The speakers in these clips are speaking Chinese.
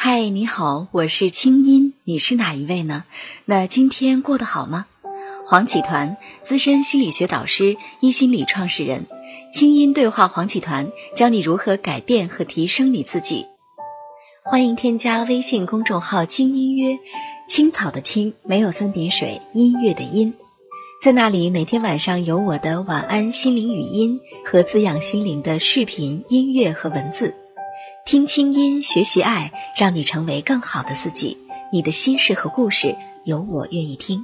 嗨，你好，我是清音，你是哪一位呢？那今天过得好吗？黄启团，资深心理学导师，一心理创始人，清音对话黄启团，教你如何改变和提升你自己。欢迎添加微信公众号清音约，青草的青，没有三点水，音乐的音。在那里每天晚上有我的晚安心灵语音和滋养心灵的视频、音乐和文字。听清音，学习爱，让你成为更好的自己。你的心事和故事，有我愿意听。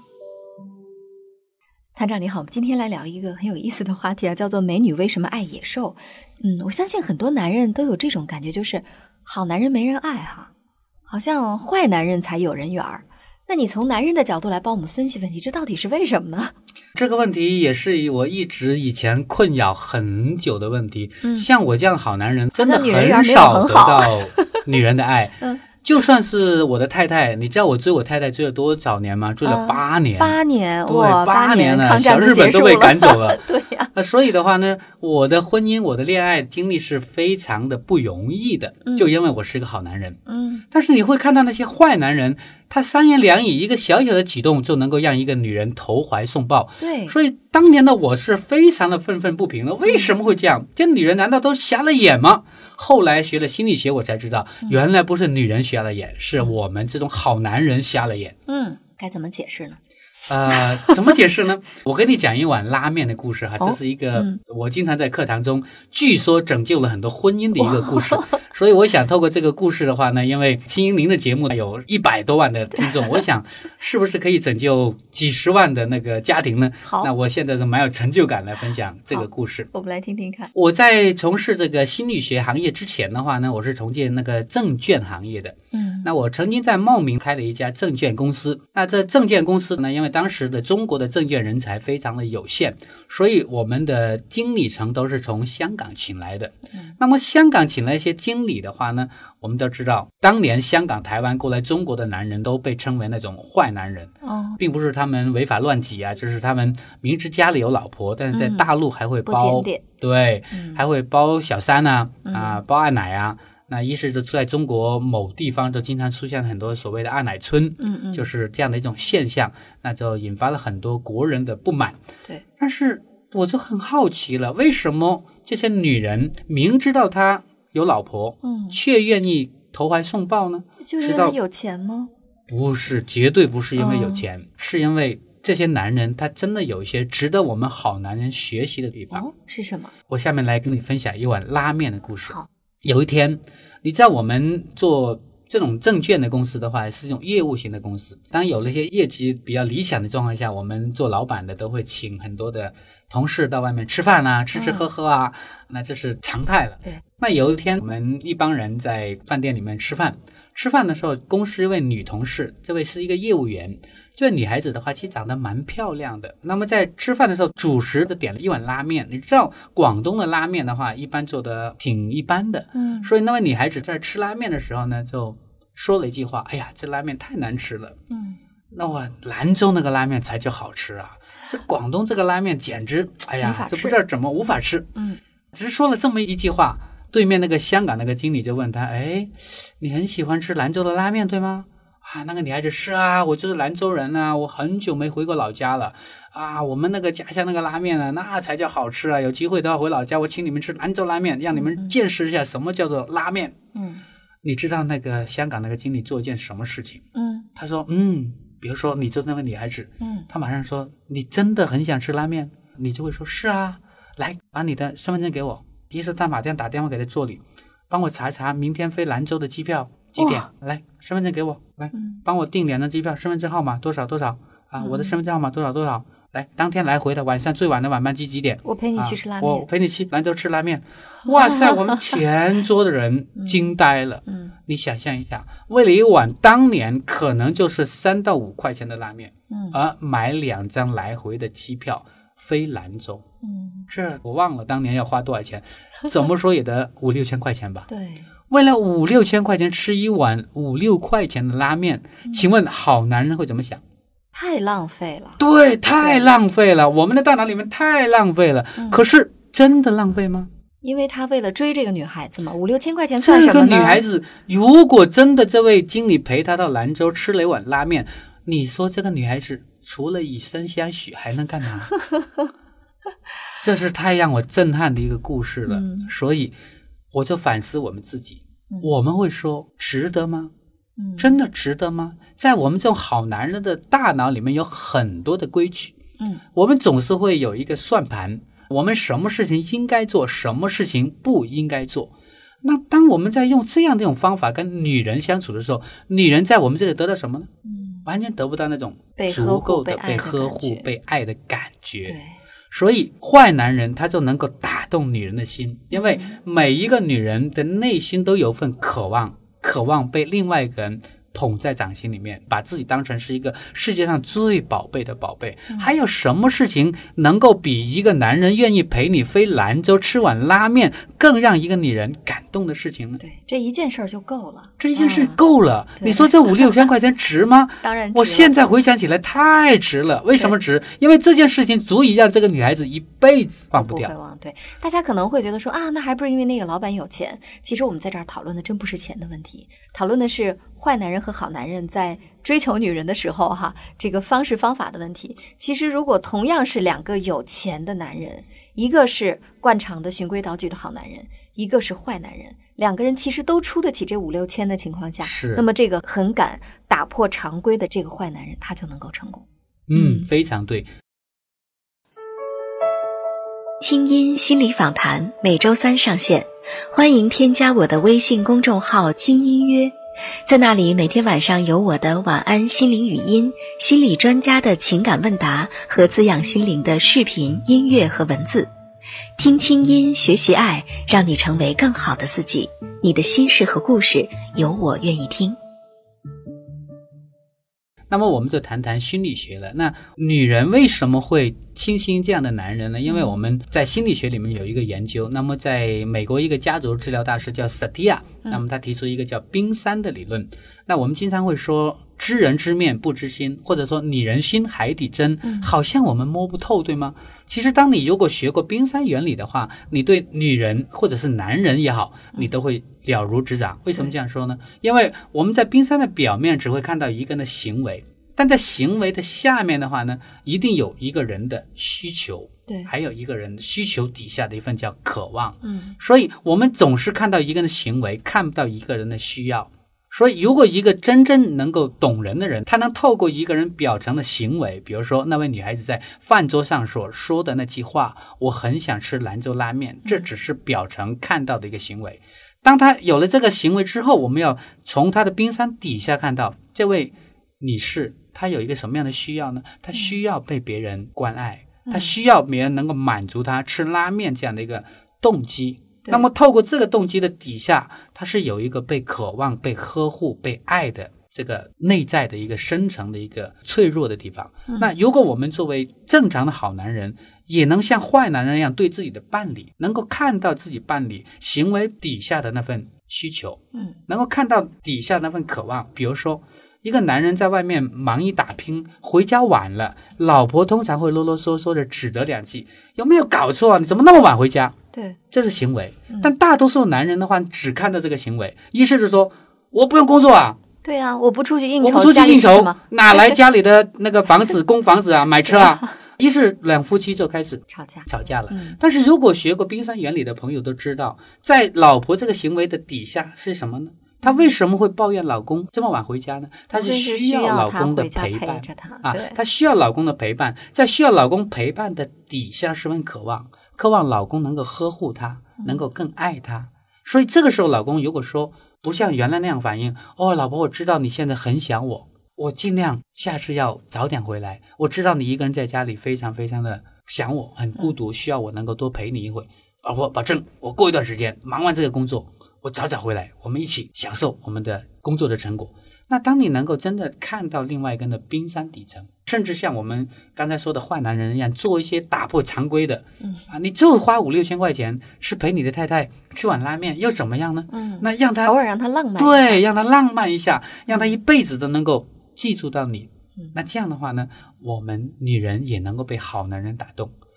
团长你好，我们今天来聊一个很有意思的话题啊，叫做美女为什么爱野兽。我相信很多男人都有这种感觉，就是好男人没人爱哈，好像坏男人才有人缘儿。那你从男人的角度来帮我们分析分析，这到底是为什么呢？ 这个问题也是我一直以前困扰很久的问题。像我这样的好男人真的很少得到女人的爱。就算是我的太太，你知道我追我太太追了多少年吗？追了8年。 8年， 对 ，8年了，小日本都被赶走了。 对呀。 所以的话呢，我的婚姻，我的恋爱经历是非常的不容易的，就因为我是个好男人。但是你会看到那些坏男人，他三言两语一个小小的举动就能够让一个女人投怀送抱。 对， 所以当年的我是非常的愤愤不平的，为什么会这样？这女人难道都瞎了眼吗？后来学了心理学，我才知道原来不是女人瞎了眼，是我们这种好男人瞎了眼。 该怎么解释呢？ 怎么解释呢？我跟你讲一碗拉面的故事哈，这是一个我经常在课堂中据说拯救了很多婚姻的一个故事。所以我想透过这个故事的话呢，因为清音您的节目有100多万的听众，我想是不是可以拯救几十万的那个家庭呢？ 好， 那我现在是蛮有成就感来分享这个故事。 我们来听听看。 我在从事这个心理学行业之前的话呢，我是从事那个证券行业的。那我曾经在茂名开了一家证券公司。那这证券公司呢，因为当时的中国的证券人才非常的有限，所以我们的经理层都是从香港请来的。那么香港请来一些经理的话呢，我们都知道当年香港台湾过来中国的男人都被称为那种坏男人。并不是他们违法乱纪啊，就是他们明知家里有老婆，但是在大陆还会包， 不检点。 对，还会包小三啊，包二奶啊。那一是就在中国某地方就经常出现很多所谓的二奶村，就是这样的一种现象，那就引发了很多国人的不满。 对， 但是我就很好奇了，为什么这些女人明知道她有老婆，却愿意投怀送抱呢？ 就是因为有钱吗？ 不是，绝对不是因为有钱，是因为这些男人他真的有一些值得我们好男人学习的地方。 是什么？ 我下面来跟你分享一碗拉面的故事。 好， 有一天，你知道我们做这种证券的公司的话，是一种业务型的公司。当有了一些业绩比较理想的状况下，我们做老板的都会请很多的同事到外面吃饭啊，吃吃喝喝啊，那这是常态了。 对。 那有一天，我们一帮人在饭店里面吃饭的时候，公司一位女同事，这位是一个业务员。这位女孩子的话其实长得蛮漂亮的。那么在吃饭的时候，主食就点了一碗拉面。你知道广东的拉面的话一般做的挺一般的，所以那位女孩子在吃拉面的时候呢，就说了一句话，哎呀，这拉面太难吃了。那我兰州那个拉面才叫好吃啊，这广东这个拉面简直，哎呀，这不知道怎么无法吃。只是说了这么一句话，对面那个香港那个经理就问他，哎，你很喜欢吃兰州的拉面对吗？那个女孩子是啊，我就是兰州人啊，我很久没回过老家了啊，我们那个家乡那个拉面啊，那才叫好吃啊，有机会都要回老家，我请你们吃兰州拉面，让你们见识一下什么叫做拉面。你知道那个香港那个经理做一件什么事情？他说比如说你就是那位女孩子，他马上说你真的很想吃拉面，你就会说是啊，来把你的身份证给我。于是他马上打电话给他助理，帮我查一查明天飞兰州的机票几点，来身份证给我，来帮我订2张机票，身份证号码多少多少啊，我的身份证号码多少多少，来当天来回的，晚上最晚的晚班机几点， 我陪你去吃拉面， 我陪你去兰州吃拉面。哇塞，我们全桌的人惊呆了。你想象一下，为了一碗当年可能就是3到5块钱的拉面，而买2张来回的机票飞兰州。这我忘了当年要花多少钱，怎么说也得5、6千块钱吧。 对， 为了5、6千块钱吃一碗5、6块钱的拉面，请问好男人会怎么想？ 太浪费了。 对，太浪费了，我们的大脑里面太浪费了。可是真的浪费吗？ 因为他为了追这个女孩子嘛，5、6千块钱算什么呢？ 这个女孩子如果真的这位经理陪她到兰州吃了一碗拉面，你说这个女孩子除了以身相许还能干嘛？这是太让我震撼的一个故事了。所以我就反思我们自己，我们会说值得吗？真的值得吗？在我们这种好男人的大脑里面有很多的规矩，我们总是会有一个算盘，我们什么事情应该做，什么事情不应该做。那当我们在用这样的一种方法跟女人相处的时候，女人在我们这里得到什么呢？完全得不到那种足够的被呵护、被爱的感觉。所以坏男人他就能够打动女人的心，因为每一个女人的内心都有份渴望被另外一个人捧在掌心里面，把自己当成是一个世界上最宝贝的宝贝。还有什么事情能够比一个男人愿意陪你飞兰州吃碗拉面更让一个女人感动的事情呢？ 对，这一件事就够了， 这一件事够了。你说这5、6千块钱值吗？ 当然值了。 我现在回想起来太值了。为什么值？因为这件事情足以让这个女孩子一辈子忘不掉。 不会忘。对，大家可能会觉得说啊，那还不是因为那个老板有钱。其实我们在这儿讨论的真不是钱的问题，讨论的是坏男人和好男人在追求女人的时候这个方式方法的问题。其实如果同样是2个有钱的男人，一个是惯常的循规蹈矩的好男人，一个是坏男人，2个人其实都出得起这5、6千的情况下，那么这个很敢打破常规的这个坏男人他就能够成功。 非常对。 清音心理访谈每周3上线，欢迎添加我的微信公众号精音约，在那里每天晚上有我的晚安心灵语音、心理专家的情感问答和滋养心灵的视频、音乐和文字。听清音，学习爱，让你成为更好的自己。你的心事和故事，有我愿意听。 那么我们就谈谈心理学了。那女人为什么会倾心这样的男人呢？因为我们在心理学里面有一个研究，那么在美国一个家族治疗大师叫 Satia， 那么他提出一个叫冰山的理论。那我们经常会说知人知面不知心，或者说拟人心海底针，好像我们摸不透，对吗？其实当你如果学过冰山原理的话，你对女人或者是男人也好，你都会了如指掌。为什么这样说呢？因为我们在冰山的表面只会看到一个人的行为，但在行为的下面的话呢，一定有一个人的需求， 对， 还有一个人需求底下的一份叫渴望。所以我们总是看到一个人的行为，看不到一个人的需要。所以如果一个真正能够懂人的人，他能透过一个人表层的行为，比如说那位女孩子在饭桌上所说的那句话，我很想吃兰州拉面，这只是表层看到的一个行为。当他有了这个行为之后，我们要从他的冰山底下看到这位女士她有一个什么样的需要呢？她需要被别人关爱，她需要别人能够满足她吃拉面这样的一个动机。那么透过这个动机的底下，它是有一个被渴望、被呵护、被爱的这个内在的一个深层的一个脆弱的地方。那如果我们作为正常的好男人，也能像坏男人一样对自己的伴侣，能够看到自己伴侣行为底下的那份需求，能够看到底下那份渴望。比如说一个男人在外面忙于打拼，回家晚了，老婆通常会啰啰嗦嗦的指责2句，有没有搞错啊？你怎么那么晚回家？ 对， 这是行为。但大多数男人的话只看到这个行为，意思是说我不用工作啊， 对啊，我不出去应酬， 我不出去应酬，哪来家里的那个房子供房子啊，买车啊？于是2夫妻就开始吵架了。但是如果学过冰山原理的朋友都知道，在老婆这个行为的底下是什么呢？她为什么会抱怨老公这么晚回家呢？她是需要老公的陪伴她需要老公的陪伴，在需要老公陪伴的底下是份渴望，渴望老公能够呵护她，能够更爱她。所以这个时候老公如果说不像原来那样反应，老婆我知道你现在很想我，我尽量下次要早点回来，我知道你一个人在家里非常非常的想我，很孤独，需要我能够多陪你一会，我保证我过一段时间忙完这个工作，我早早回来，我们一起享受我们的工作的成果。那当你能够真的看到另外一个人的冰山底层，甚至像我们刚才说的坏男人一样，做一些打破常规的，你就花5、6千块钱是陪你的太太吃碗拉面，又怎么样呢？那让他偶尔让他浪漫一下， 对，让他浪漫一下，让他一辈子都能够记住到你。那这样的话呢，我们女人也能够被好男人打动。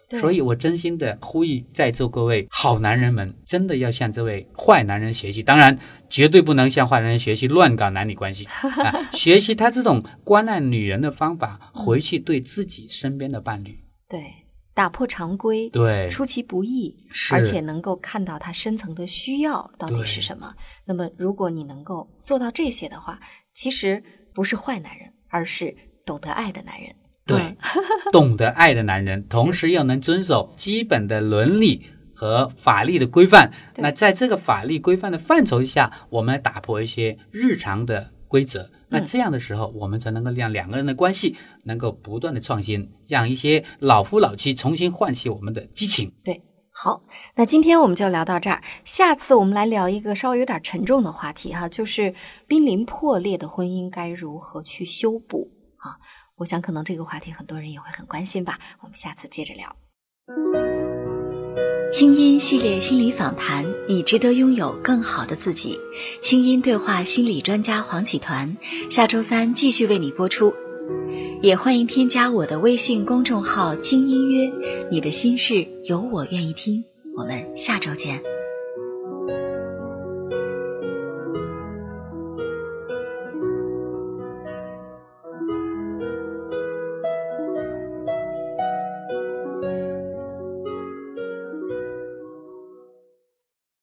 所以我真心的呼吁在座各位好男人们，真的要向这位坏男人学习，当然绝对不能向坏男人学习乱搞男女关系学习他这种关爱女人的方法，回去对自己身边的伴侣， 对，打破常规， 对， 出其不意，而且能够看到他深层的需要到底是什么。那么如果你能够做到这些的话，其实不是坏男人，而是懂得爱的男人。 对，懂得爱的男人，同时又能遵守基本的伦理和法律的规范。那在这个法律规范的范畴下，我们来打破一些日常的规则。那这样的时候，我们才能够让两个人的关系能够不断的创新，让一些老夫老妻重新唤起我们的激情。 对，好，那今天我们就聊到这儿，下次我们来聊一个稍微有点沉重的话题哈，就是濒临破裂的婚姻该如何去修补啊？我想可能这个话题很多人也会很关心吧，我们下次接着聊。 清音系列心理访谈，你值得拥有更好的自己。清音对话心理专家黄启团，下周3继续为你播出。也欢迎添加我的微信公众号轻音约，你的心事有我愿意听。我们下周见。